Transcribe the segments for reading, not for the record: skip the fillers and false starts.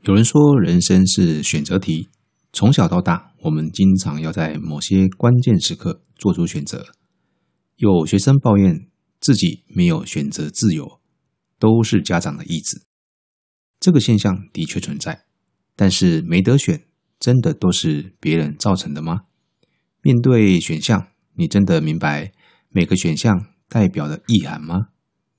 有人说人生是选择题，从小到大，我们经常要在某些关键时刻做出选择。有学生抱怨自己没有选择自由，都是家长的意志。这个现象的确存在，但是没得选，真的都是别人造成的吗？面对选项，你真的明白每个选项代表的意涵吗？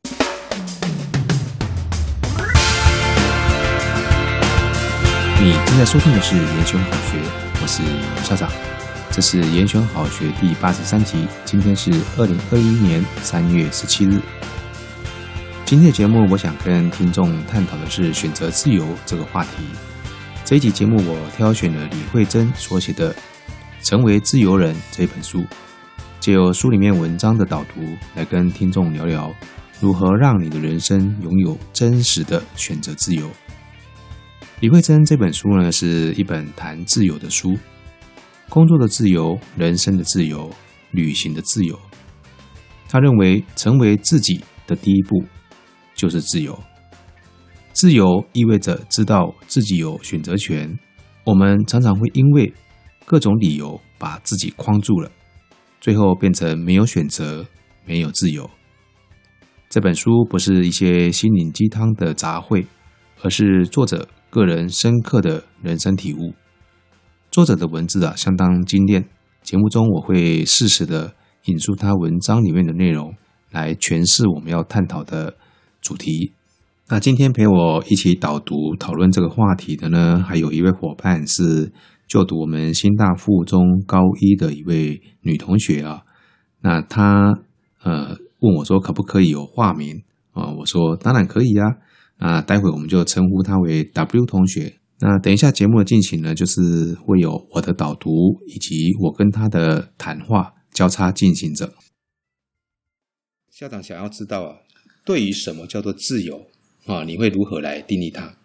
你正在收听的是严选好学，我是严校长，这是严选好学第83集，今天是2021年3月17日。今天的节目，我想跟听众探讨的是选择自由这个话题。这一集节目，我挑选了李惠珍所写的《成为自由人》这本书，借由书里面文章的导读，来跟听众聊聊如何让你的人生拥有真实的选择自由。李惠珍这本书呢，是一本谈自由的书，工作的自由、人生的自由、旅行的自由。他认为成为自己的第一步就是自由。自由意味着知道自己有选择权，我们常常会因为各种理由把自己框住了，最后变成没有选择，没有自由。这本书不是一些心灵鸡汤的杂烩，而是作者个人深刻的人生体悟。作者的文字相当精炼，节目中我会适时的引述他文章里面的内容来诠释我们要探讨的主题。那今天陪我一起导读讨论这个话题的呢，还有一位伙伴是就读我们新大附中高一的一位女同学啊。那她问我说可不可以有化名我说当然可以啊。那待会我们就称呼她为 W 同学。那等一下节目的进行呢，就是会有我的导读以及我跟她的谈话交叉进行着。校长想要知道对于什么叫做自由你会如何来定义它？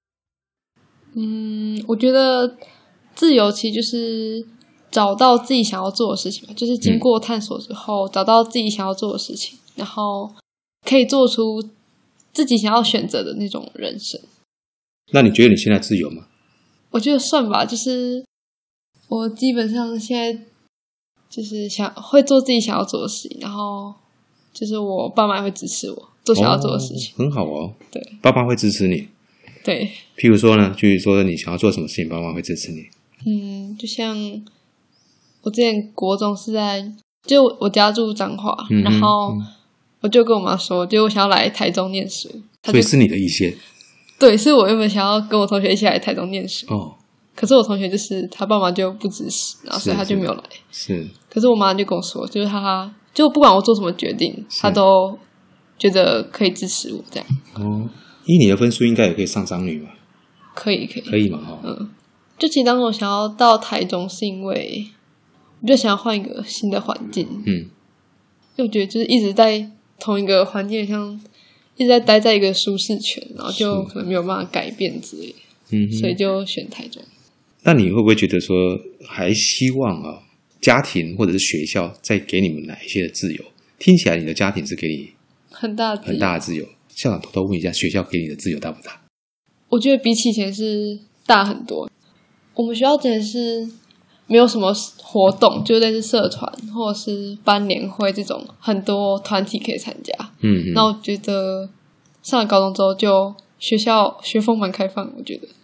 我觉得自由其实就是找到自己想要做的事情嘛，就是经过探索之后找到自己想要做的事情，然后可以做出自己想要选择的那种人生。 那你觉得你现在自由吗？ 我觉得算吧，就是我基本上现在就是会做自己想要做的事情，然后就是我爸妈也会支持我做想要做的事情。 很好哦。对，爸爸会支持你。 对， 譬如说呢，就是说你想要做什么事情，爸妈会支持你。 就像我之前国中是就我家住彰化，然后我就跟我妈说，就我想要来台中念书。 所以是你的意见？ 对，是我原本想要跟我同学一起来台中念书。可是我同学就是他爸妈就不支持，然后所以他就没有来。是。可是我妈就跟我说，就是他就不管我做什么决定，他都觉得可以支持我这样。 以你的分数应该也可以上彰女吧？ 可以嘛就其实当时我想要到台中是因为我就想要换一个新的环境。就我觉得就是一直在同一个环境，像一直在待在一个舒适圈，然后就可能没有办法改变之类的。所以就选台中。 那你会不会觉得说还希望家庭或者是学校再给你们哪一些的自由？听起来你的家庭是给你很大的自由。校长偷偷问一下，学校给你的自由大不大？ 我觉得比起以前是大很多。我们学校真的是没有什么活动，就类似社团或者是班联会这种很多团体可以参加。那我觉得上了高中之后，就学校学风蛮开放，我觉得。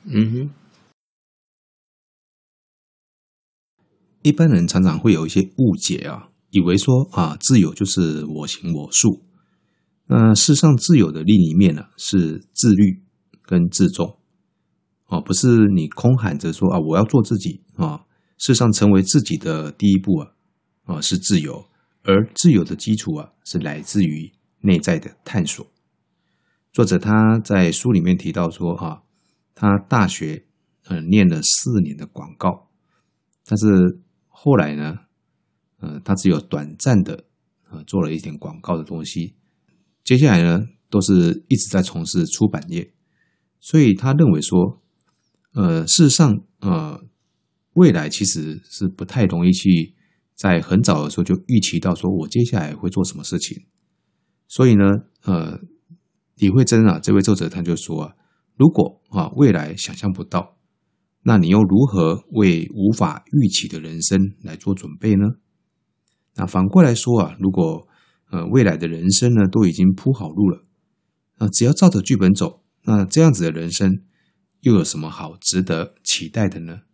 一般人常常会有一些误解以为说自由就是我行我素。事实上自由的另一面是自律跟自重不是你空喊着说我要做自己事实上成为自己的第一步是自由，而自由的基础是来自于内在的探索。作者他在书里面提到说他大学念了4年的广告，但是后来呢他只有短暂的做了一点广告的东西，接下来呢都是一直在从事出版业。所以他认为说事实上未来其实是不太容易去在很早的时候就预期到说我接下来会做什么事情。所以呢李惠珍这位作者他就说如果未来想象不到，那你又如何为无法预期的人生来做准备呢？那反过来说如果未来的人生呢都已经铺好路了，只要照着剧本走，那这样子的人生又有什么好值得期待的呢？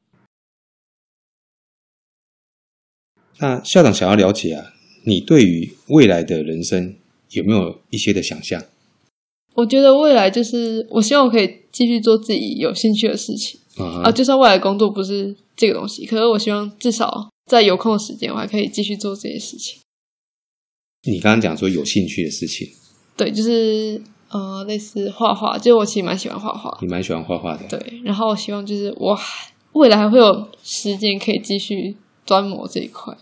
那校长想要了解你对于未来的人生有没有一些的想象？ 我觉得未来就是我希望我可以继续做自己有兴趣的事情就算未来工作不是这个东西，可是我希望至少在有空的时间我还可以继续做这些事情。 你刚刚讲说有兴趣的事情， 对，就是类似画画，就我其实蛮喜欢画画。 你蛮喜欢画画的。 对，然后我希望就是我未来还会有时间可以继续专磨这一块。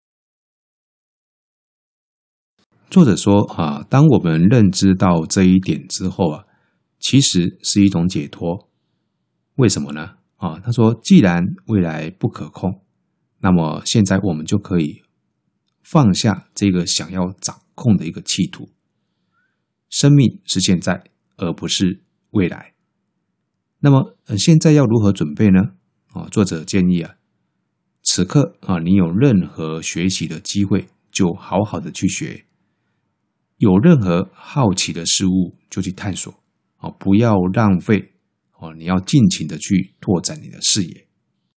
作者说当我们认知到这一点之后其实是一种解脱。为什么呢？他说既然未来不可控，那么现在我们就可以放下这个想要掌控的一个企图。生命是现在，而不是未来。那么现在要如何准备呢？作者建议此刻你有任何学习的机会，就好好的去学。有任何好奇的事物就去探索不要浪费你要尽情的去拓展你的视野。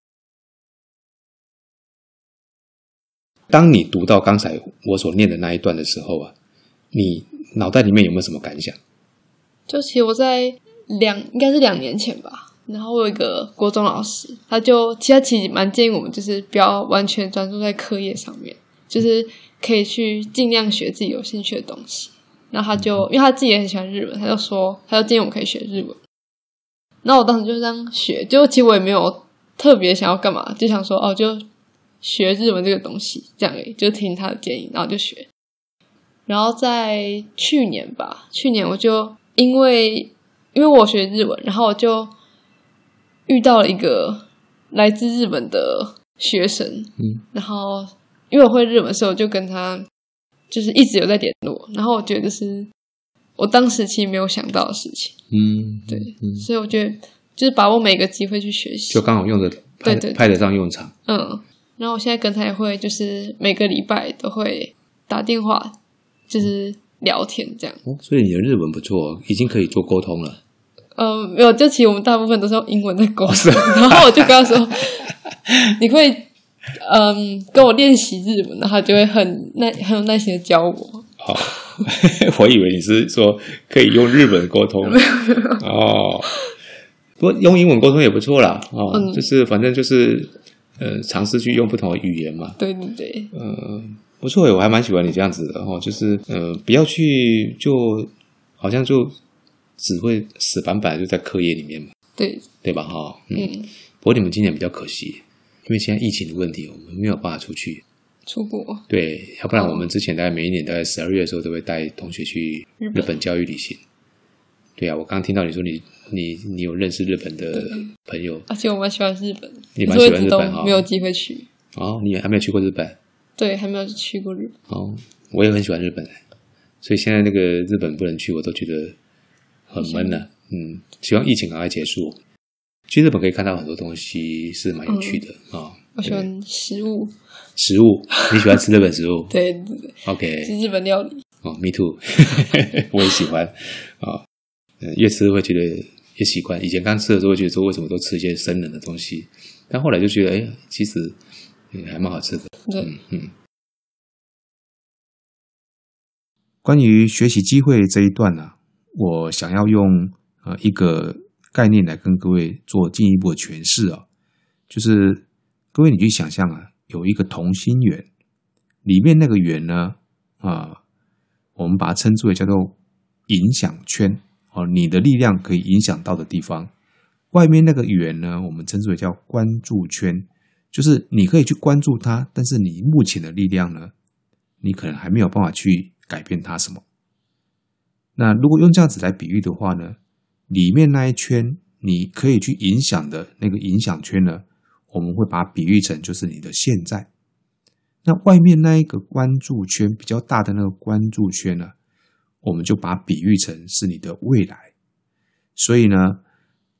当你读到刚才我所念的那一段的时候你脑袋里面有没有什么感想？ 就其实我在应该是2年前吧，然后我有一个国中老师，他其实蛮建议我们就是不要完全专注在课业上面，就是可以去尽量学自己有兴趣的东西。然后因为他自己也很喜欢日文，他就建议我们可以学日文。然后我当时就这样学，就其实我也没有特别想要干嘛，就想说就学日文这个东西这样而已，就听他的建议然后就学。然后在去年我就因为我学日文，然后我就遇到了一个来自日本的学生然后因为我会日文，所以我就跟他就是一直有在联络，然后我觉得这是我当时其实没有想到的事情对所以我觉得就是把握每个机会去学习， 就刚好用的派得上用场然后我现在跟他也会就是每个礼拜都会打电话就是聊天这样所以你的日文不错已经可以做沟通了。 没有，就其实我们大部分都是用英文在沟通然后我就跟他说你会跟我练习日文，然后他就会很有耐心的教我我以为你是说可以用日文沟通不过用英文沟通也不错啦就是反正就是尝试去用不同的语言嘛。 对对对不错我还蛮喜欢你这样子的就是不要去就好像就只会死板板就在课业里面嘛。对吧不过你们今年比较可惜，因为现在疫情的问题我们没有办法出国。对，要不然我们之前大概每一年大概12月的时候都会带同学去日本教育旅行。对我刚刚听到你说你有认识日本的朋友， 而且我蛮喜欢日本， 你蛮喜欢日本没有机会去你还没有去过日本？ 对，还没有去过日本我也很喜欢日本所以现在那个日本不能去我都觉得很闷希望疫情赶快结束。去日本可以看到很多东西是蛮有趣的我喜欢食物你喜欢吃日本食物对对对 OK 是日本料理 me too 我也喜欢越吃会觉得越习惯。以前刚吃的时候会觉得说为什么都吃一些生冷的东西，但后来就觉得其实还蛮好吃的。关于学习机会这一段我想要用一个概念来跟各位做进一步的诠释就是各位你去想象有一个同心圆，里面那个圆呢我们把它称之为叫做影响圈你的力量可以影响到的地方。外面那个圆呢我们称之为叫关注圈，就是你可以去关注它，但是你目前的力量呢你可能还没有办法去改变它什么。那如果用这样子来比喻的话呢，里面那一圈你可以去影响的那个影响圈呢，我们会把它比喻成就是你的现在。那外面那一个关注圈比较大的那个关注圈呢，我们就把它比喻成是你的未来。所以呢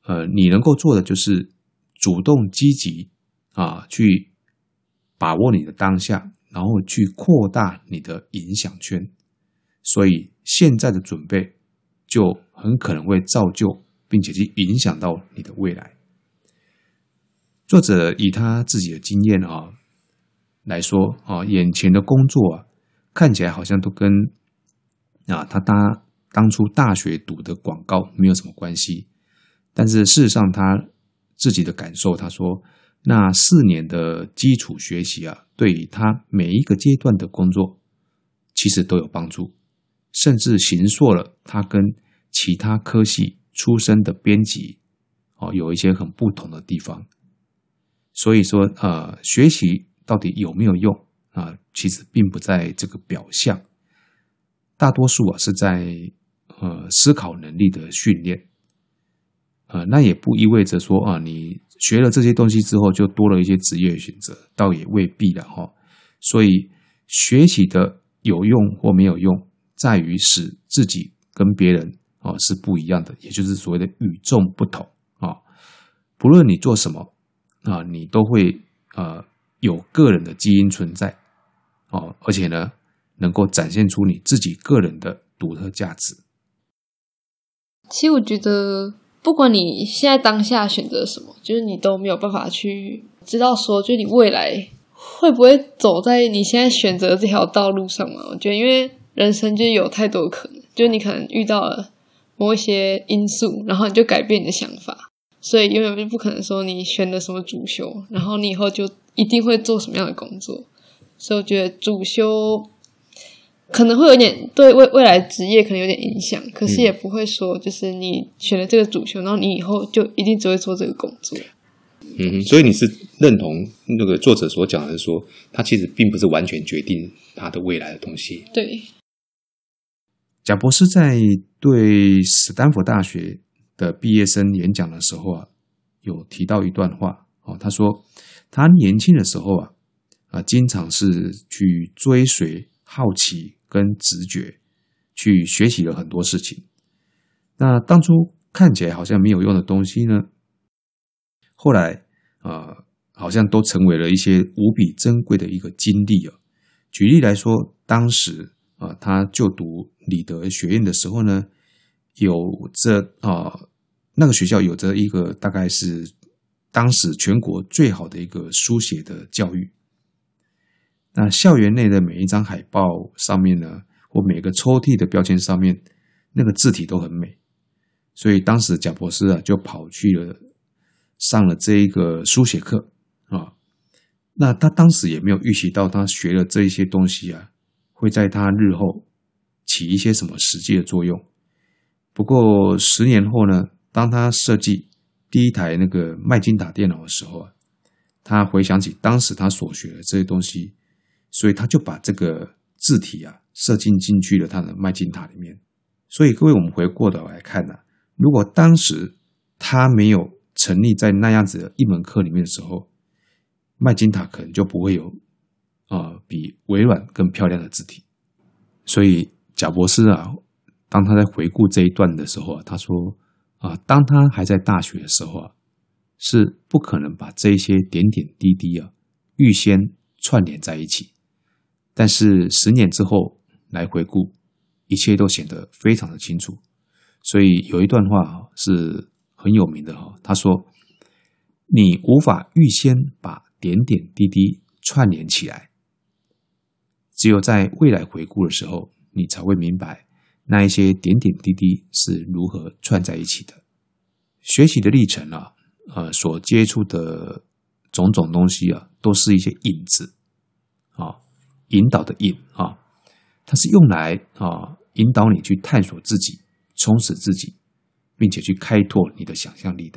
你能够做的就是主动积极去把握你的当下，然后去扩大你的影响圈。所以现在的准备就很可能会造就并且去影响到你的未来。作者以他自己的经验来说眼前的工作看起来好像都跟他当初大学读的广告没有什么关系，但是事实上他自己的感受，他说那4年的基础学习对于他每一个阶段的工作其实都有帮助，甚至形塑了他跟其他科系出身的编辑有一些很不同的地方。所以说学习到底有没有用其实并不在这个表象，大多数是在思考能力的训练。那也不意味着说你学了这些东西之后就多了一些职业选择，倒也未必了所以学习的有用或没有用，在于使自己跟别人是不一样的，也就是所谓的与众不同不论你做什么你都会有个人的基因存在而且呢能够展现出你自己个人的独特价值。 其实我觉得不管你现在当下选择什么，就是你都没有办法去知道说就是你未来会不会走在你现在选择这条道路上嘛。我觉得因为人生就有太多可能，就是你可能遇到了某一些因素，然后你就改变你的想法，所以永远就不可能说你选了什么主修，然后你以后就一定会做什么样的工作。所以我觉得主修可能会有点对未来职业可能有点影响，可是也不会说就是你选了这个主修，然后你以后就一定只会做这个工作。 所以你是认同那个作者所讲的，是说他其实并不是完全决定他的未来的东西。 对。 贾博士在对史丹佛大学的毕业生演讲的时候有提到一段话他说他年轻的时候经常是去追随好奇跟直觉，去学习了很多事情。那当初看起来好像没有用的东西呢，后来好像都成为了一些无比珍贵的一个经历举例来说，当时他就读里德学院的时候呢，有着那个学校有着一个大概是当时全国最好的一个书写的教育。那校园内的每一张海报上面呢，或每个抽屉的标签上面，那个字体都很美。所以当时贾博士就跑去了上了这一个书写课那他当时也没有预习到他学了这一些东西会在他日后起一些什么实际的作用。不过10年后呢，当他设计第一台那个麦金塔电脑的时候他回想起当时他所学的这些东西，所以他就把这个字体设计进去了他的麦金塔里面。所以各位，我们回过头来看如果当时他没有成立在那样子的一门课里面的时候，麦金塔可能就不会有比微软更漂亮的字体。所以贾博士当他在回顾这一段的时候他说当他还在大学的时候是不可能把这些点点滴滴预先串联在一起，但是10年之后来回顾，一切都显得非常的清楚。所以有一段话是很有名的他说你无法预先把点点滴滴串联起来，只有在未来回顾的时候，你才会明白那一些点点滴滴是如何串在一起的。学习的历程所接触的种种东西都是一些引子引导的引它是用来引导你去探索自己，充实自己，并且去开拓你的想象力的。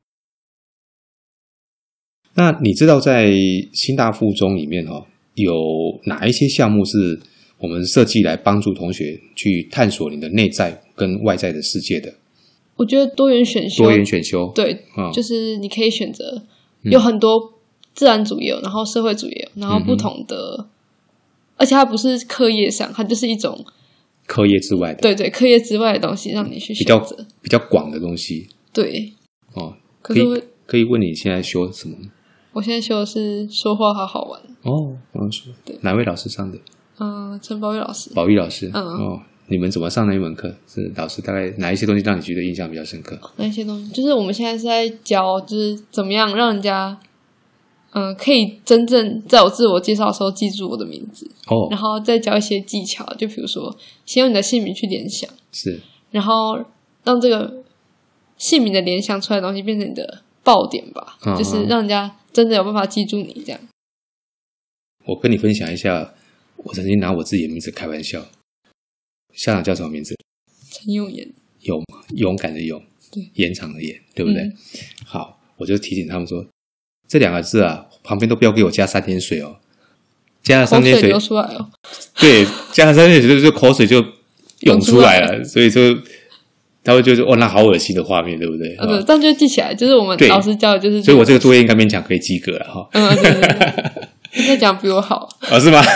那你知道在新大附中里面有哪一些项目是我们设计来帮助同学去探索你的内在跟外在的世界的？ 我觉得多元选修，对就是你可以选择有很多自然组也有，然后社会组也有，然后不同的而且它不是课业上，它就是一种课业之外的， 对，课业之外的东西让你去选择， 比较广的东西。 对可是可以问你现在修什么吗？ 我现在修的是说话好好玩。 哦，我刚说， 对， 哪位老师上的？ 陈宝玉老师。 宝玉老师。 嗯哦，你们怎么上那一门课？是老师大概哪一些东西让你觉得印象比较深刻？ 那些东西就是我们现在是在教，就是怎么样让人家，可以真正在我自我介绍的时候记住我的名字。 哦， 然后再教一些技巧，就比如说先用你的姓名去联想， 是， 然后让这个姓名的联想出来的东西变成你的爆点吧，就是让人家真的有办法记住你这样。 我跟你分享一下，我曾经拿我自己的名字开玩笑。校长叫什么名字？ 陈永言。 勇敢的勇， 对， 延长的延，对不对？好，我就提醒他们说，这2个字啊，旁边都不要给我加3点水哦，加了3点水流出来哦。 对，加了3点水就口水就涌出来了，所以就他会就是那好恶心的画面，对不对？ 对，这样就记起来，就是我们老师教的就是， 所以我这个作业应该勉强可以及格了哈。 对。你在讲比我好是吗？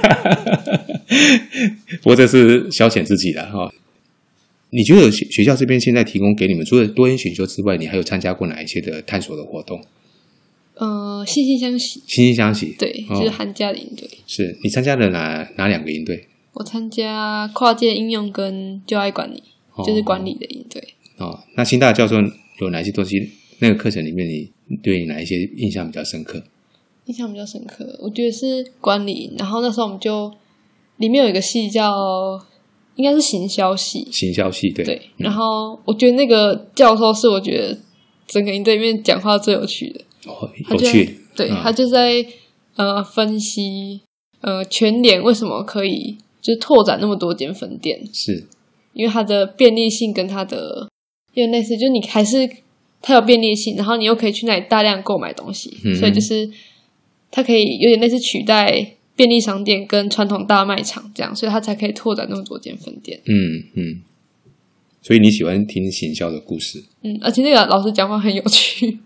不过这是消遣自己的哈。你觉得学校这边现在提供给你们，除了多元选修之外，你还有参加过哪一些的探索的活动？ 惺惺相惜。 惺惺相惜， 对，就是寒假的营队。 是你参加了哪2个营队？ 我参加跨界应用跟就爱管理，就是管理的营队。 那清大教授有哪些东西？那个课程里面，你对你哪一些印象比较深刻？ 印象比较深刻，我觉得是管理。然后那时候我们就里面有一个系叫，应该是行销系。 行销系，对。 对，然后我觉得那个教授是我觉得整个营队里面讲话最有趣的。 有趣。 对，他就在分析全联为什么可以就是拓展那么多间分店， 是因为它的便利性跟它的有类似，就是你还是它有便利性，然后你又可以去那里大量购买东西，所以就是它可以有点类似取代便利商店跟传统大卖场这样，所以它才可以拓展那么多间分店。 所以你喜欢听行销的故事？ 而且那个老师讲话很有趣。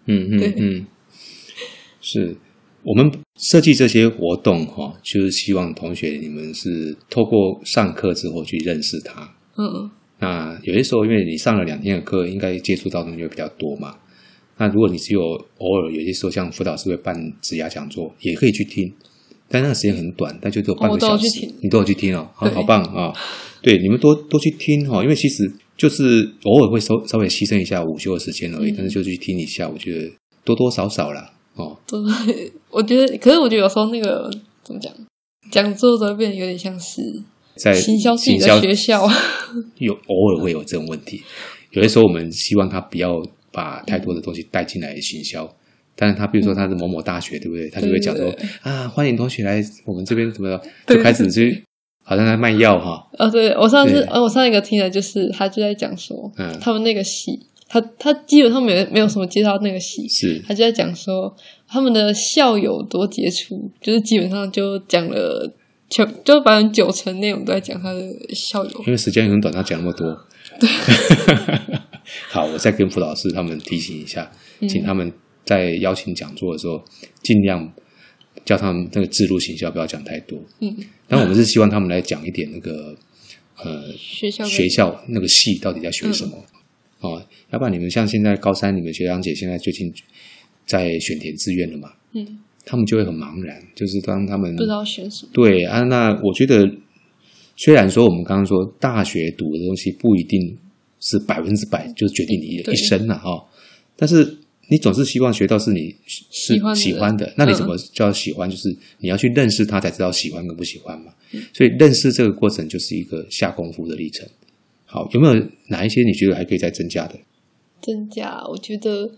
是我们设计这些活动就是希望同学你们是透过上课之后去认识他。那有些时候因为你上了2天的课，应该接触到的东西会比较多嘛。那如果你只有偶尔有些时候像辅导师会办职涯讲座，也可以去听，但那个时间很短，但就只有半个小时。你都有去听哦，好棒啊！对，你们多去听因为其实就是偶尔会稍微牺牲一下午休的时间而已，但是就去听一下，我觉得多多少少啦。 对，我觉得，可是我觉得有时候那个怎么讲，讲座都变得有点像是在行销自己的学校， 偶尔会有这种问题。有些时候我们希望他不要把太多的东西带进来行销，但是他比如说他是某某大学，对不对？他就会讲说欢迎同学来我们这边怎么样，就开始去好像在卖药哈。 对，我上一个听的就是他就在讲说，他们那个系。他基本上没有什么介绍那个系， 是他就在讲说他们的校友多杰出，就是基本上就讲了就90%内容都在讲他的校友， 因为时间很短，他讲那么多。对，好，我再跟辅导师他们提醒一下，请他们在邀请讲座的时候，尽量叫他们那个制度行销不要讲太多。但我们是希望他们来讲一点那个学校那个系到底在学什么。要不然你们像现在高三，你们学长姐现在最近在选填志愿了嘛？他们就会很茫然，就是当他们不知道选什么。 对那我觉得虽然说我们刚刚说大学读的东西不一定是100%就决定你的一生了但是你总是希望学到是你是喜欢的，那你怎么叫喜欢？就是你要去认识它才知道喜欢跟不喜欢嘛。所以认识这个过程就是一个下功夫的历程。好，有没有哪一些你觉得还可以再增加的？ 增加，我觉得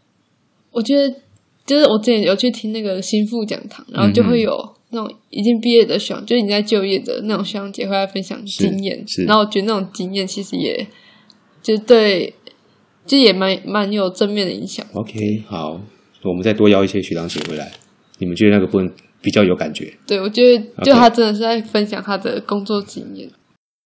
就是我之前有去听那个心腹讲堂，然后就会有那种已经毕业的学长，就是你在就业的那种学长姐会来分享经验，然后我觉得那种经验其实也就对，就也蛮有正面的影响。 OK， 好，我们再多邀一些学长姐回来，你们觉得那个部分比较有感觉？ 对，我觉得就他真的是在分享他的工作经验。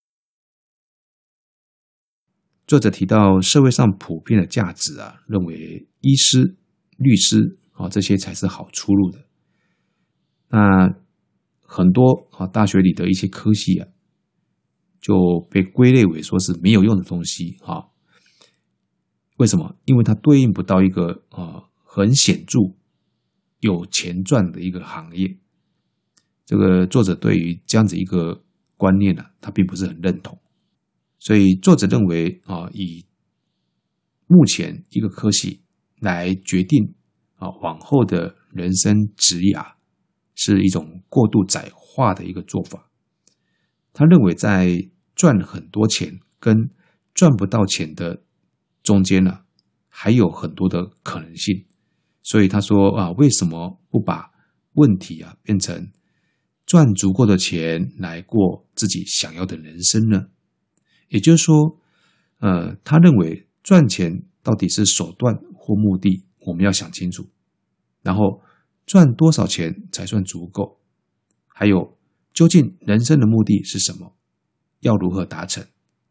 作者提到社会上普遍的价值认为医师、律师这些才是好出路的。那很多大学里的一些科系就被归类为说是没有用的东西为什么？因为它对应不到一个很显著有钱赚的一个行业。这个作者对于这样子一个观念他并不是很认同，所以作者认为以目前一个科系来决定往后的人生职涯是一种过度窄化的一个做法。他认为在赚很多钱跟赚不到钱的中间还有很多的可能性。所以他说为什么不把问题变成赚足够的钱来过自己想要的人生呢？也就是说他认为赚钱到底是手段或目的，我们要想清楚。然后赚多少钱才算足够？还有究竟人生的目的是什么？要如何达成？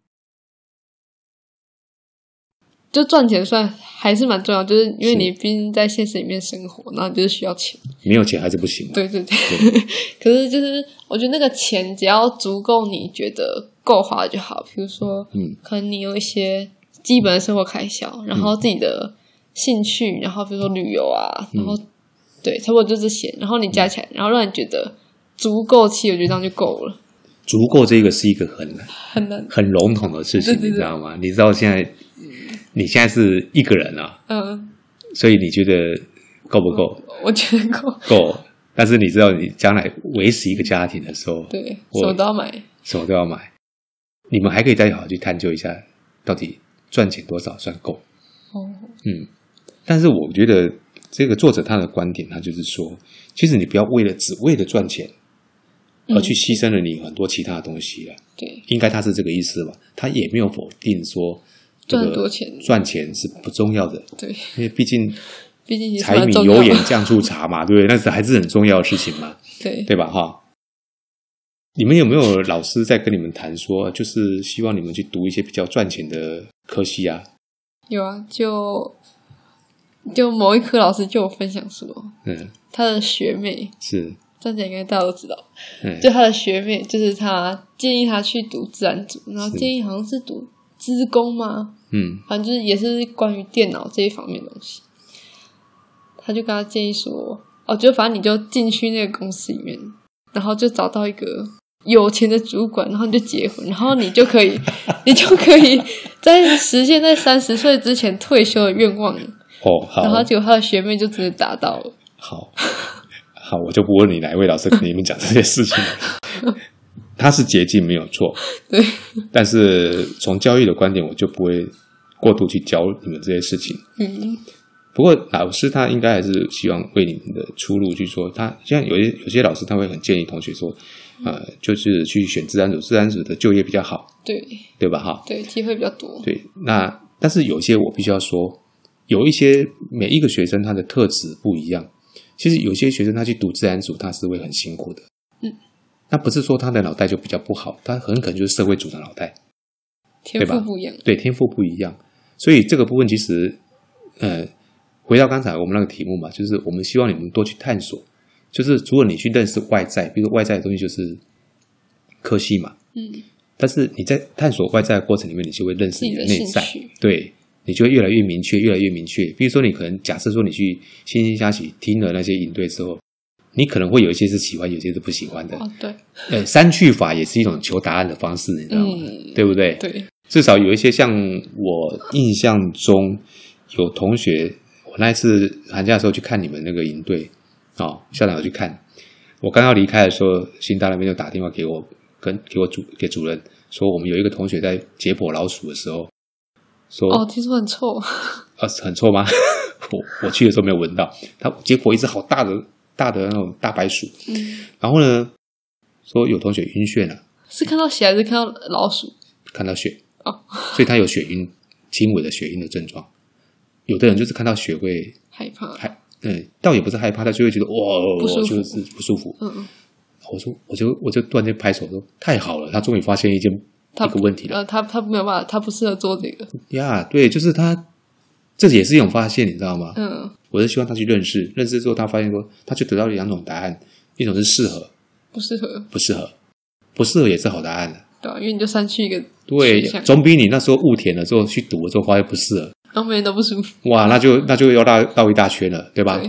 就赚钱算还是蛮重要，就是因为你毕竟在现实里面生活，然后你就是需要钱， 没有钱还是不行。 对。可是就是我觉得那个钱只要足够你觉得够花就好。比如说可能你有一些基本的生活开销，然后自己的兴趣，然后比如说旅游然后对，差不多就这些，然后你加起来，然后让你觉得足够期，我觉得这样就够了。 足够这个是一个很笼统的事情， 对你知道吗？你知道你现在是一个人所以你觉得够不够？ 我觉得够。但是你知道你将来维持一个家庭的时候， 对，什么都要买。 你们还可以再好好去探究一下，到底赚钱多少算够。但是我觉得这个作者他的观点，他就是说，其实你不要只为了赚钱而去牺牲了你很多其他的东西对， 应该他是这个意思吧？他也没有否定说赚很多钱， 赚钱是不重要的。 对， 因为毕竟柴米油盐酱醋茶嘛，对不对？那还是很重要的事情嘛，对吧？你们有没有老师在跟你们谈说，就是希望你们去读一些比较赚钱的科系有就某一科老师就有分享说，他的学妹是这样讲，应该大家都知道，就他的学妹就是他建议他去读自然组，然后建议好像是读资工吗？反正就是也是关于电脑这一方面的东西。他就跟他建议说，就反正你就进去那个公司里面，然后就找到一个有钱的主管，然后你就结婚，然后你就可以在实现在30岁之前退休的愿望。好。然后结果他的学妹就真的达到了。 好，我就不问你哪一位老师跟你们讲这些事情了。他是捷径没有错， 对。 但是从教育的观点，我就不会过度去教你们这些事情。不过老师他应该还是希望为你们的出路去说，他像有些老师他会很建议同学说，就是去选自然组，自然组的就业比较好，对吧？ 对，机会比较多。 对，但是有些我必须要说，有一些每一个学生他的特质不一样。其实有些学生他去读自然组，他是会很辛苦的。那不是说他的脑袋就比较不好，他很可能就是社会组的脑袋， 天赋不一样。 对，天赋不一样。所以这个部分其实回到刚才我们那个题目嘛，就是我们希望你们多去探索，就是如果你去认识外在，比如说外在的东西就是科系嘛，但是你在探索外在的过程里面，你就会认识你的内在，对，你就会越来越明确。比如说你可能假设说你去惺惺相惜听了那些营队之后，你可能会有一些是喜欢，有些是不喜欢的。 对， 删去法也是一种求答案的方式，你知道吗？对不对？ 对， 至少有一些像我印象中有同学，我那一次寒假的时候去看你们那个营队，校长有去看。我刚要离开的时候，新大那边就打电话给我，给主任说，我们有一个同学在解剖老鼠的时候，说听说很臭。 很臭吗？我去的时候没有闻到，他解剖一只好大的那种大白鼠，然后呢，说有同学晕眩了， 是看到血还是看到老鼠？看到血所以他有血晕，轻微的血晕的症状。有的人就是看到血会害怕， 倒也不是害怕，他就会觉得不舒服， 就是不舒服。我就突然间拍手说太好了，他终于发现一个问题了。 他没有办法，他不适合做这个呀，对，就是他这也是一种发现，你知道吗？我是希望他去认识之后，他发现说，他就得到了2种答案，一种是适合，不适合也是好答案的。 对，因为你就删去一个对，总比你那时候误填了之后去读了之后发现不适合然后每天都不舒服。 哇，那就要绕一大圈了，对吧？ 对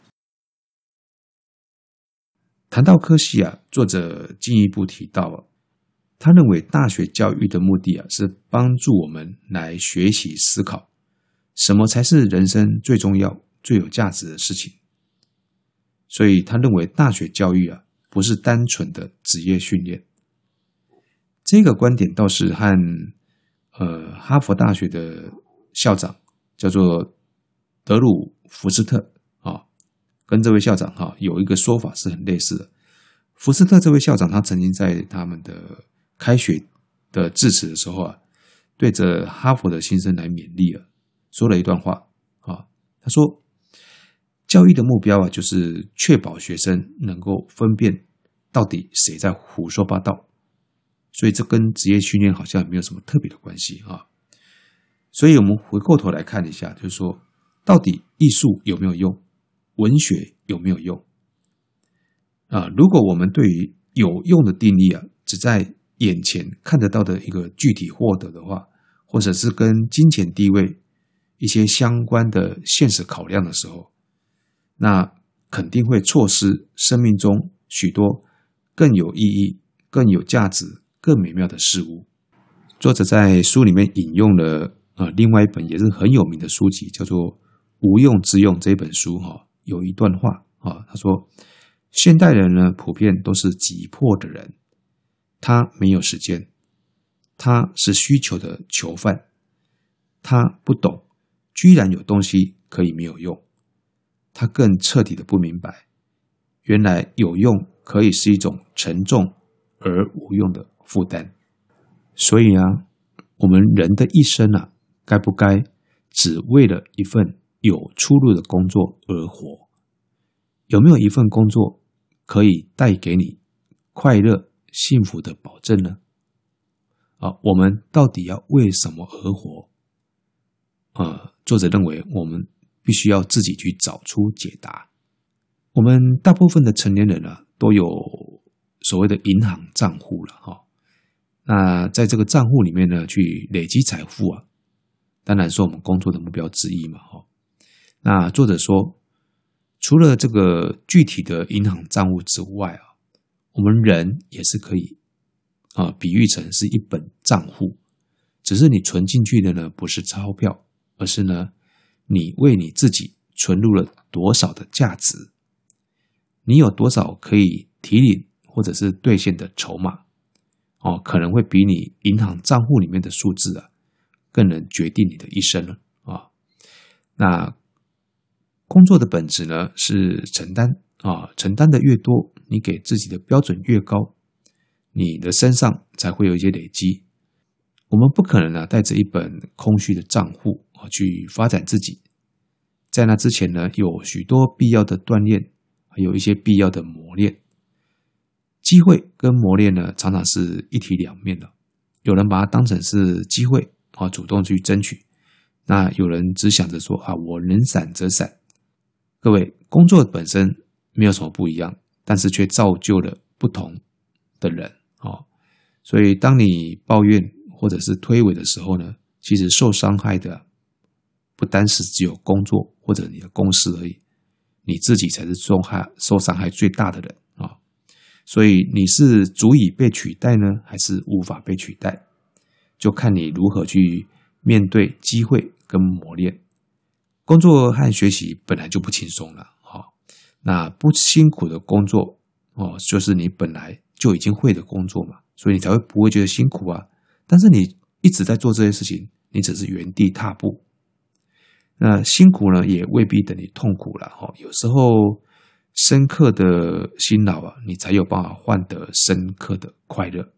谈到科系啊，作者进一步提到啊，他认为大学教育的目的啊，是帮助我们来学习思考，什么才是人生最重要、最有价值的事情。所以他认为大学教育啊，不是单纯的职业训练。这个观点倒是和哈佛大学的校长叫做德鲁福斯特跟这位校长有一个说法是很类似的。福斯特这位校长他曾经在他们的开学的致辞的时候啊，对着哈佛的新生来勉励说了一段话他说教育的目标啊，就是确保学生能够分辨到底谁在胡说八道，所以这跟职业训练好像也没有什么特别的关系所以我们回过头来看一下，就是说到底艺术有没有用，文学有没有用如果我们对于有用的定义啊，只在眼前看得到的一个具体获得的话，或者是跟金钱地位一些相关的现实考量的时候，那肯定会错失生命中许多更有意义、更有价值、更美妙的事物。作者在书里面引用了另外一本也是很有名的书籍，叫做《无用之用》这本书有一段话他说现代人呢普遍都是急迫的人，他没有时间，他是需求的囚犯，他不懂居然有东西可以没有用，他更彻底的不明白原来有用可以是一种沉重而无用的负担。所以我们人的一生该不该只为了一份有出路的工作而活？有没有一份工作可以带给你快乐幸福的保证呢？我们到底要为什么而活？作者认为我们必须要自己去找出解答。我们大部分的成年人都有所谓的银行账户了那在这个账户里面呢，去累积财富当然是我们工作的目标之一嘛那作者说，除了这个具体的银行账户之外我们人也是可以比喻成是一本账户，只是你存进去的呢不是钞票，而是呢你为你自己存入了多少的价值，你有多少可以提领或者是兑现的筹码可能会比你银行账户里面的数字更能决定你的一生了那工作的本质呢是承担承担的越多，你给自己的标准越高，你的身上才会有一些累积。我们不可能带着一本空虚的账户去发展自己，在那之前呢，有许多必要的锻炼，还有一些必要的磨练。机会跟磨练呢，常常是一体两面的。有人把它当成是机会主动去争取，那有人只想着说我能闪则闪。各位，工作本身没有什么不一样，但是却造就了不同的人所以当你抱怨或者是推诿的时候呢，其实受伤害的不单是只有工作或者你的公司而已，你自己才是受伤害最大的人所以你是足以被取代呢，还是无法被取代，就看你如何去面对机会跟磨练。工作和学习本来就不轻松了那不辛苦的工作就是你本来就已经会的工作嘛，所以你才会不会觉得辛苦但是你一直在做这些事情，你只是原地踏步。那辛苦呢，也未必等于痛苦了有时候深刻的辛劳你才有办法换得深刻的快乐。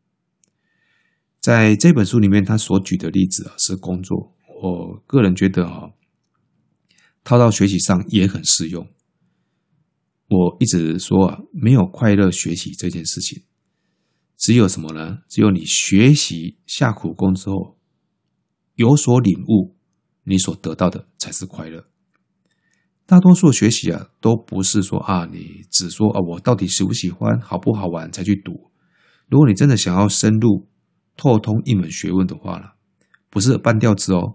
在这本书里面，他所举的例子是工作，我个人觉得套到学习上也很适用。我一直说没有快乐学习这件事情，只有什么呢？只有你学习下苦功之后有所领悟，你所得到的才是快乐。大多数学习都不是说你只说我到底喜不喜欢好不好玩才去读。如果你真的想要深入透通一门学问的话不是半吊子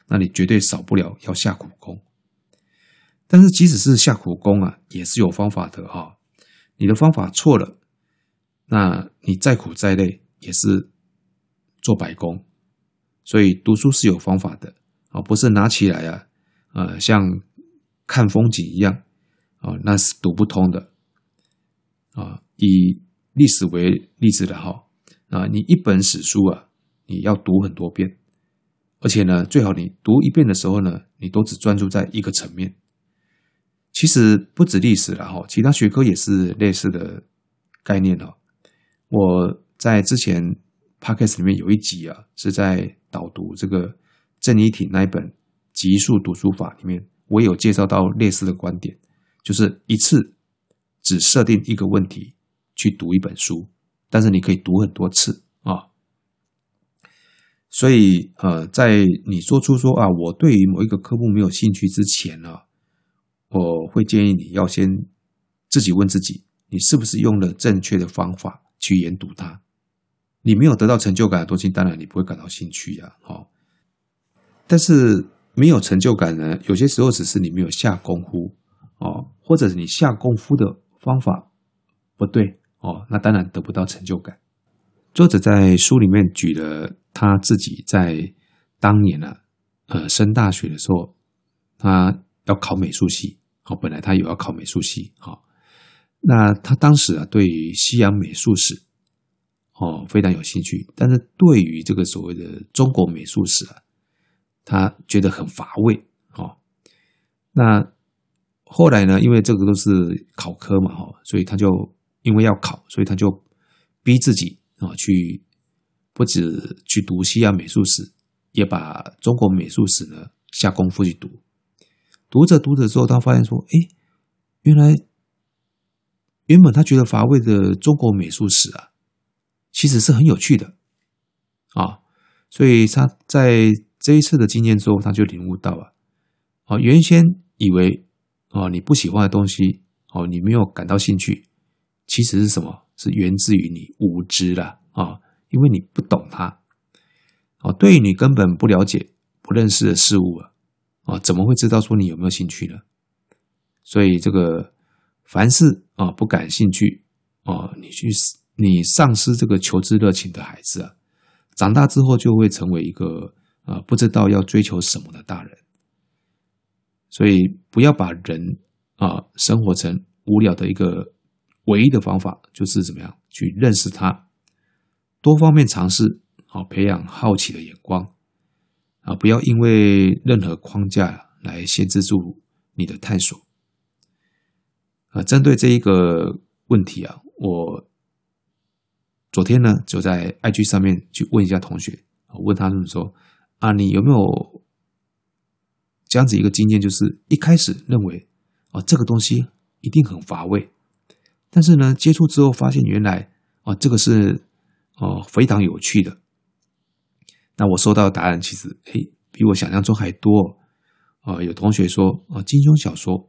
那你绝对少不了要下苦功。但是即使是下苦功啊，也是有方法的哈。你的方法错了，那你再苦再累也是做白工。所以读书是有方法的啊，不是拿起来啊，像看风景一样啊，那是读不通的啊。以历史为例子的哈啊，你一本史书啊，你要读很多遍，而且呢，最好你读一遍的时候呢，你都只专注在一个层面。其实不止历史啦哈，其他学科也是类似的概念哈。我在之前 Podcast 里面有一集啊，是在导读这个郑一挺那一本《极速读书法》里面，我也有介绍到类似的观点，就是一次只设定一个问题去读一本书，但是你可以读很多次啊。所以在你说出说啊，我对于某一个科目没有兴趣之前呢，我会建议你要先自己问自己，你是不是用了正确的方法去研读它。你没有得到成就感的东西，当然你不会感到兴趣呀。但是没有成就感呢，有些时候只是你没有下功夫或者是你下功夫的方法不对那当然得不到成就感。作者在书里面举了他自己在当年升大学的时候，他要考美术系本来他有要考美术系那他当时对于西洋美术史非常有兴趣，但是对于这个所谓的中国美术史他觉得很乏味那后来呢，因为这个都是考科嘛所以他就因为要考，所以他就逼自己去不止去读西洋美术史，也把中国美术史呢下功夫去读。读着读着之后，他发现说，原本他觉得乏味的中国美术史其实是很有趣的所以他在这一次的经验之后，他就领悟到原先以为你不喜欢的东西你没有感到兴趣，其实是什么？是源自于你无知啦因为你不懂它对于你根本不了解、不认识的事物怎么会知道说你有没有兴趣呢？所以这个凡事不感兴趣你丧失这个求知热情的孩子长大之后就会成为一个不知道要追求什么的大人。所以不要把人生活成无聊的一个唯一的方法，就是怎么样去认识它，多方面尝试培养好奇的眼光不要因为任何框架来限制住你的探索针对这一个问题我昨天呢就在 IG 上面去问一下同学，问他们说你有没有这样子一个经验，就是一开始认为这个东西一定很乏味，但是呢接触之后发现原来这个是非常有趣的。那我收到的答案其实比我想象中还多有同学说金庸小说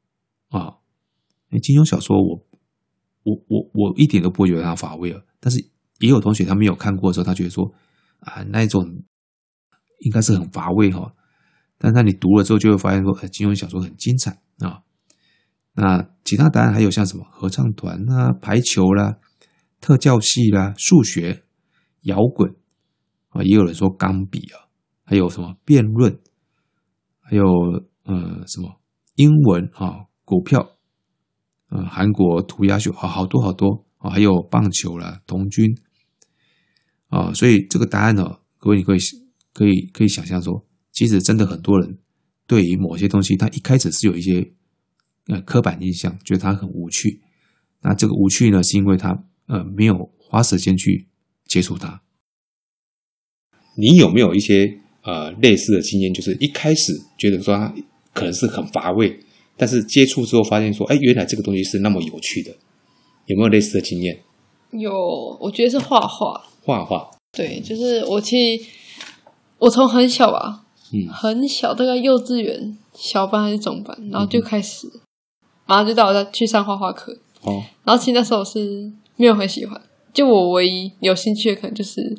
金庸小说我一点都不会觉得它乏味了，但是也有同学他没有看过的时候，他觉得说那一种应该是很乏味但是你读了之后就会发现说金庸小说很精彩那其他答案还有像什么合唱团排球啦、特教系啦、数学、摇滚也有人说钢笔还有什么辩论，还有什么英文股票韩国涂鸦秀好多好多还有棒球啦、童军所以这个答案各位你可以想象说，其实真的很多人对于某些东西他一开始是有一些刻板印象，觉得它很无趣。那这个无趣呢，是因为他没有花时间去接触它。你有没有一些类似的经验，就是一开始觉得说它可能是很乏味，但是接触之后发现说原来这个东西是那么有趣的，有没有类似的经验？ 有，我觉得是画画。对，就是我从很小很小，大概幼稚园小班还是中班，然后就开始然后就带我再去上画画课然后其实那时候是没有很喜欢，就我唯一有兴趣的可能就是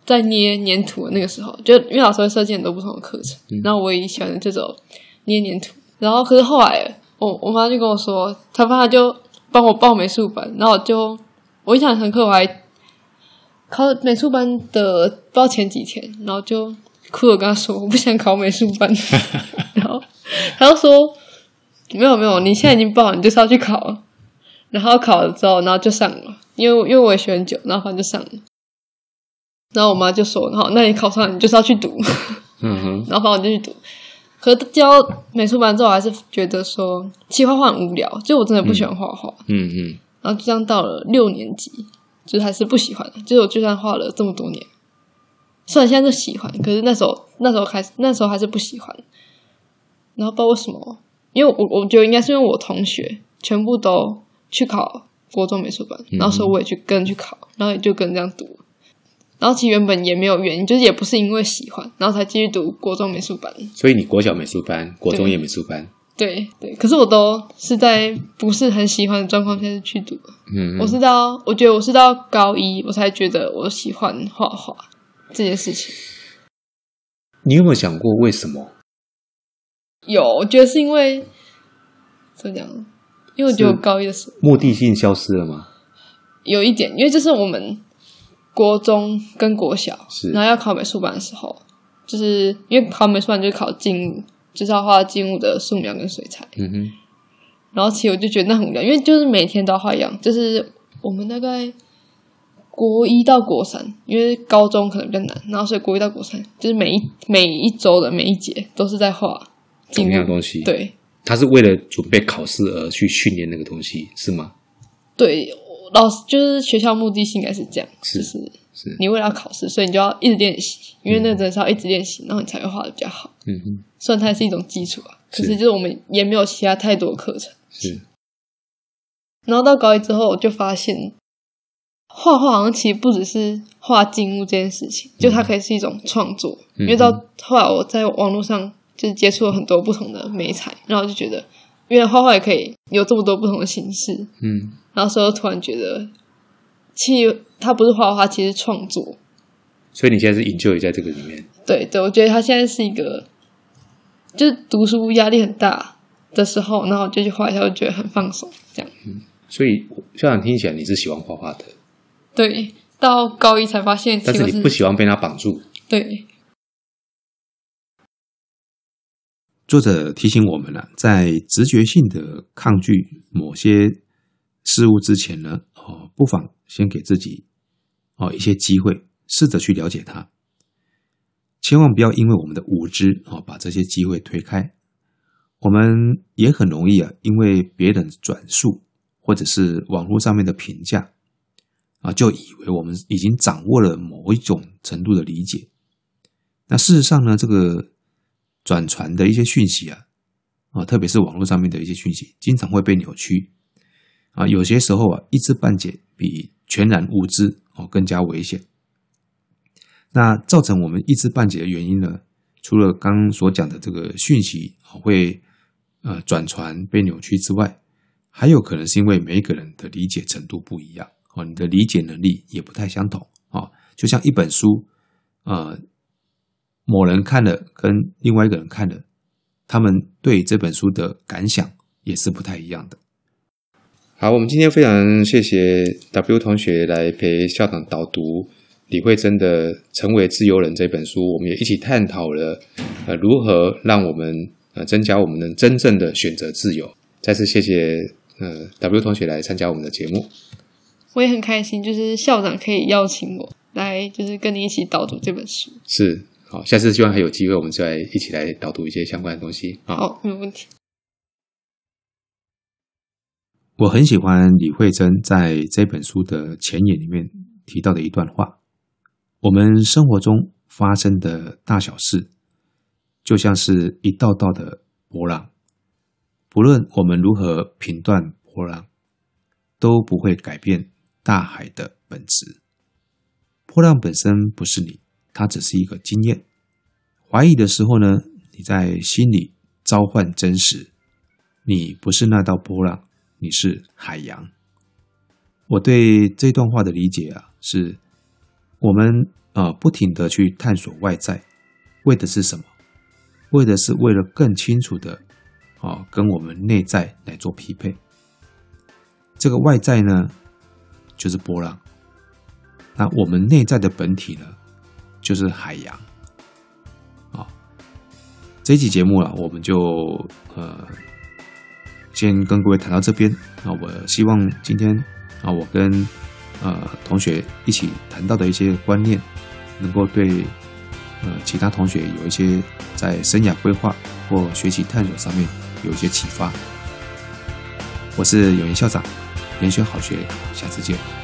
在捏黏土的那个时候，就因为老师会设计很多不同的课程，然后我也喜欢这种捏黏土。然后可是后来我妈就跟我说，她就帮我报美术班，然后我印象很深刻，我还考美术班的不知道前几天，然后就哭着跟她说我不想考美术班，然后她就说没有，你现在已经报了，你就是要去考了。然后考了之后，然后就上了，因为我也学很久，然后反正就上了。然后我妈就说：“好，那你考上了，你就是要去读。”然后反正我就去读。可是教美术班之后，我还是觉得说，其实画画很无聊，就我真的不喜欢画画。然后就这样到了6年级，就是还是不喜欢的。就是我就算画了这么多年，虽然现在就喜欢，可是那时候还是不喜欢。然后不知道为什么，因为我觉得应该是因为我同学全部都去考国中美术班，然后所以我也跟去考，然后也就跟这样读。然后其实原本也没有原因，就是也不是因为喜欢，然后才继续读国中美术班。 所以你国小美术班，国中也美术班。 对，可是我都是在不是很喜欢的状况下去读的。我觉得我是到高一我才觉得我喜欢画画这件事情。 你有没有想过为什么？ 有，我觉得是因为怎么讲？因为我觉得我高一的时候目的性消失了吗？ 有一点，因为这是我们国中跟国小，然后要考美术班的时候，就是因为考美术班就是考静物，就是要画静物的素描跟水彩。然后其实我就觉得那很无聊，因为就是每天都要画一样，就是我们大概国1到国3，因为高中可能比较难，然后所以国1到国3就是每一周的每一节都是在画静物同样东西。对，他是为了准备考试而去训练那个东西，是吗？ 对，老师就是学校目的性应该是这样，就是你为了要考试，所以你就要一直练习，因为那个真的是要一直练习，然后你才会画得比较好。虽然它也是一种基础啊，可是就是我们也没有其他太多的课程。然后到高一之后，我就发现画画好像其实不只是画静物这件事情，就它可以是一种创作。因为到后来我在网络上就是接触了很多不同的媒材，然后就觉得原来画画也可以有这么多不同的形式。然后所以我突然觉得其实它不是画画，其实是创作。 所以你现在是enjoy在这个里面。 对，我觉得它现在是一个就是读书压力很大的时候，然后就去画一下，我觉得很放松这样。 所以校长听起来你是喜欢画画的。 对，到高一才发现但是你不喜欢被它绑住。 对。 作者提醒我们了，在直觉性的抗拒某些事物之前呢，不妨先给自己一些机会，试着去了解它。千万不要因为我们的无知把这些机会推开。我们也很容易因为别人转述或者是网络上面的评价就以为我们已经掌握了某一种程度的理解。那事实上呢，这个转传的一些讯息特别是网络上面的一些讯息，经常会被扭曲有些时候一知半解比全然无知更加危险。那造成我们一知半解的原因呢，除了刚刚所讲的这个讯息会转传被扭曲之外，还有可能是因为每一个人的理解程度不一样你的理解能力也不太相同就像一本书某人看了跟另外一个人看了，他们对这本书的感想也是不太一样的。好，我们今天非常谢谢 W 同学来陪校长导读李惠珍的《成为自由人》这本书，我们也一起探讨了如何让我们增加我们的真正的选择自由。再次谢谢W 同学来参加我们的节目。 我也很开心，就是校长可以邀请我来，就是跟你一起导读这本书。 是，好，下次希望还有机会，我们再一起来导读一些相关的东西。 好，没有问题。 我很喜欢李惠珍在这本书的前言里面提到的一段话：我们生活中发生的大小事，就像是一道道的波浪，不论我们如何评断波浪，都不会改变大海的本质。波浪本身不是你，它只是一个经验。怀疑的时候呢，你在心里召唤真实，你不是那道波浪，你是海洋。我对这段话的理解是我们不停的去探索外在，为的是什么？为的是为了更清楚的跟我们内在来做匹配。这个外在呢，就是波浪，那我们内在的本体呢，就是海洋。这一集节目我们就先跟各位谈到这边。我希望今天我跟同学一起谈到的一些观念，能够对其他同学有一些在生涯规划或学习探索上面有一些启发。我是永言校长，延选好学，下次见。